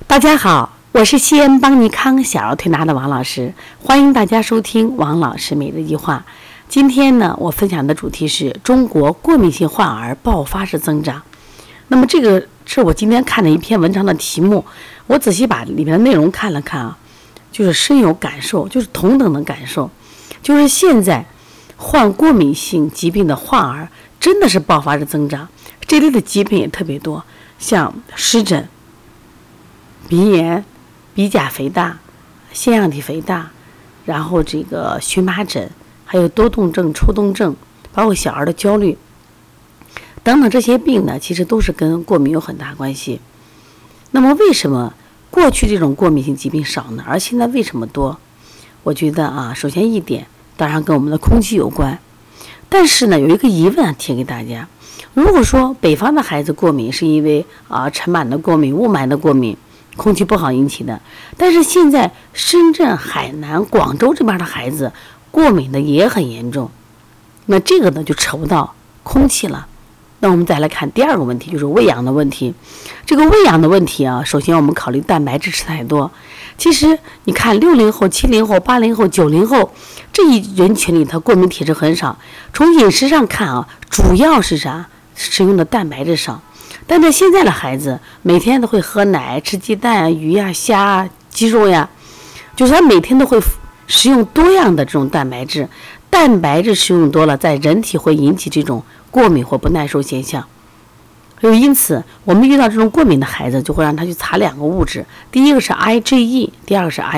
大家好，我是西安邦尼康小儿推拿的王老师，欢迎大家收听王老师每日一话。今天呢，我分享的主题是中国过敏性患儿爆发式增长。那么这个是我今天看的一篇文章的题目，我仔细把里面的内容看了看啊，就是深有感受，就是同等的感受，就是现在患过敏性疾病的患儿真的是爆发式增长，这类的疾病也特别多，像湿疹、鼻炎、鼻甲肥大、腺样体肥大，然后这个荨麻疹，还有多动症、抽动症，包括小儿的焦虑等等，这些病呢，其实都是跟过敏有很大关系。那么为什么过去这种过敏性疾病少呢？而现在为什么多？我觉得啊，首先一点，当然跟我们的空气有关。但是呢，有一个疑问提给大家：如果说北方的孩子过敏是因为尘螨的过敏、雾霾的过敏，空气不好引起的，但是现在深圳、海南、广州这边的孩子过敏的也很严重，那这个呢就扯不到空气了。那我们再来看第二个问题，就是喂养的问题。这个喂养的问题啊，首先我们考虑蛋白质吃太多。其实你看60后、70后、80后、90后这一人群里，他过敏体质很少。从饮食上看啊，主要是啥？使用的蛋白质少。但是现在的孩子每天都会喝奶、吃鸡蛋、鱼呀、虾、鸡肉呀，就是他每天都会食用多样的这种蛋白质。蛋白质食用多了，在人体会引起这种过敏或不耐受现象。因此我们遇到这种过敏的孩子，就会让他去查2个物质，第一个是 IgE， 第二个是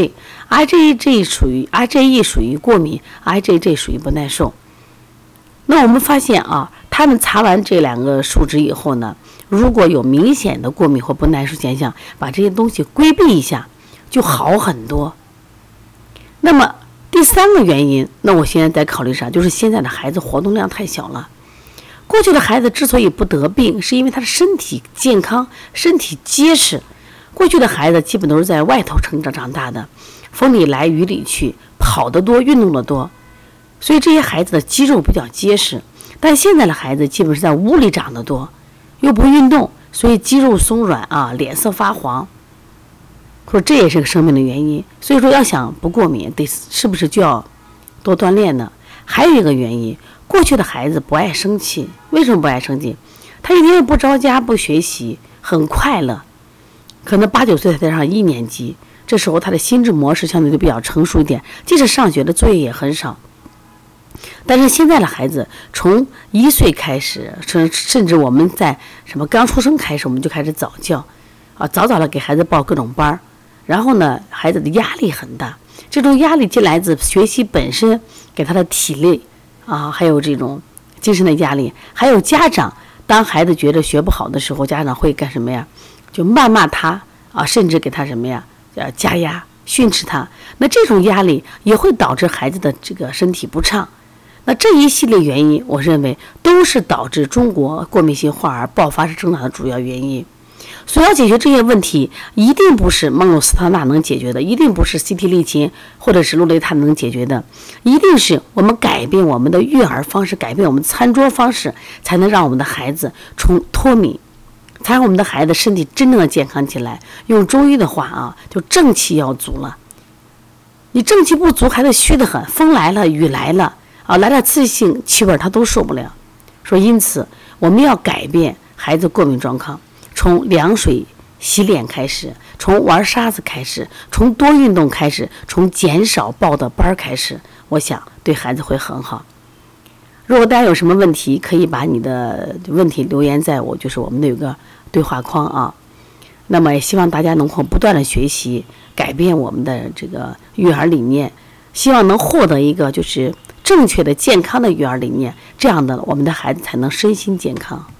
IgG。IgE 属于过敏， IgG 属于不耐受。那我们发现啊，他们查完这2个数值以后呢，如果有明显的过敏或不耐受现象，把这些东西规避一下就好很多。那么第3个原因，那我现在在考虑啥？就是现在的孩子活动量太小了。过去的孩子之所以不得病，是因为他的身体健康，身体结实。过去的孩子基本都是在外头长大的，风里来雨里去，跑得多，运动得多，所以这些孩子的肌肉比较结实。但现在的孩子基本是在屋里长得多，又不运动，所以肌肉松软啊，脸色发黄，说这也是个生病的原因。所以说要想不过敏，是不是就要多锻炼呢？还有一个原因，过去的孩子不爱生气。为什么不爱生气？他一天也不着家不学习，很快乐，可能8、9岁才上1年级，这时候他的心智模式相对就比较成熟一点，即使上学的作业也很少。但是现在的孩子从1岁开始，甚至我们在刚出生开始，我们就开始早教啊，早的给孩子报各种班，然后呢，孩子的压力很大。这种压力既来自学习本身给他的体力啊，还有这种精神的压力，还有家长当孩子觉得学不好的时候，家长会干什么呀？就谩骂他啊，甚至给他什么呀？加压、训斥他。那这种压力也会导致孩子的这个身体不畅。那这一系列原因，我认为都是导致中国过敏性患儿爆发式增长的主要原因。所以要解决这些问题，一定不是孟鲁司他钠能解决的，一定不是CT利嗪或者是氯雷他能解决的，一定是我们改变我们的育儿方式，改变我们餐桌方式，才能让我们的孩子脱敏，才让我们的孩子身体真正的健康起来。用中医的话啊，就正气要足了。你正气不足，孩子虚得很，风来了，雨来了啊，来了刺激性气味他都受不了。说因此我们要改变孩子过敏状况，从凉水洗脸开始，从玩沙子开始，从多运动开始，从减少报的班开始，我想对孩子会很好。如果大家有什么问题，可以把你的问题留言在我们的有个对话框啊。那么也希望大家能够不断的学习，改变我们的这个育儿理念，希望能获得一个就是正确的健康的育儿理念，这样的我们的孩子才能身心健康。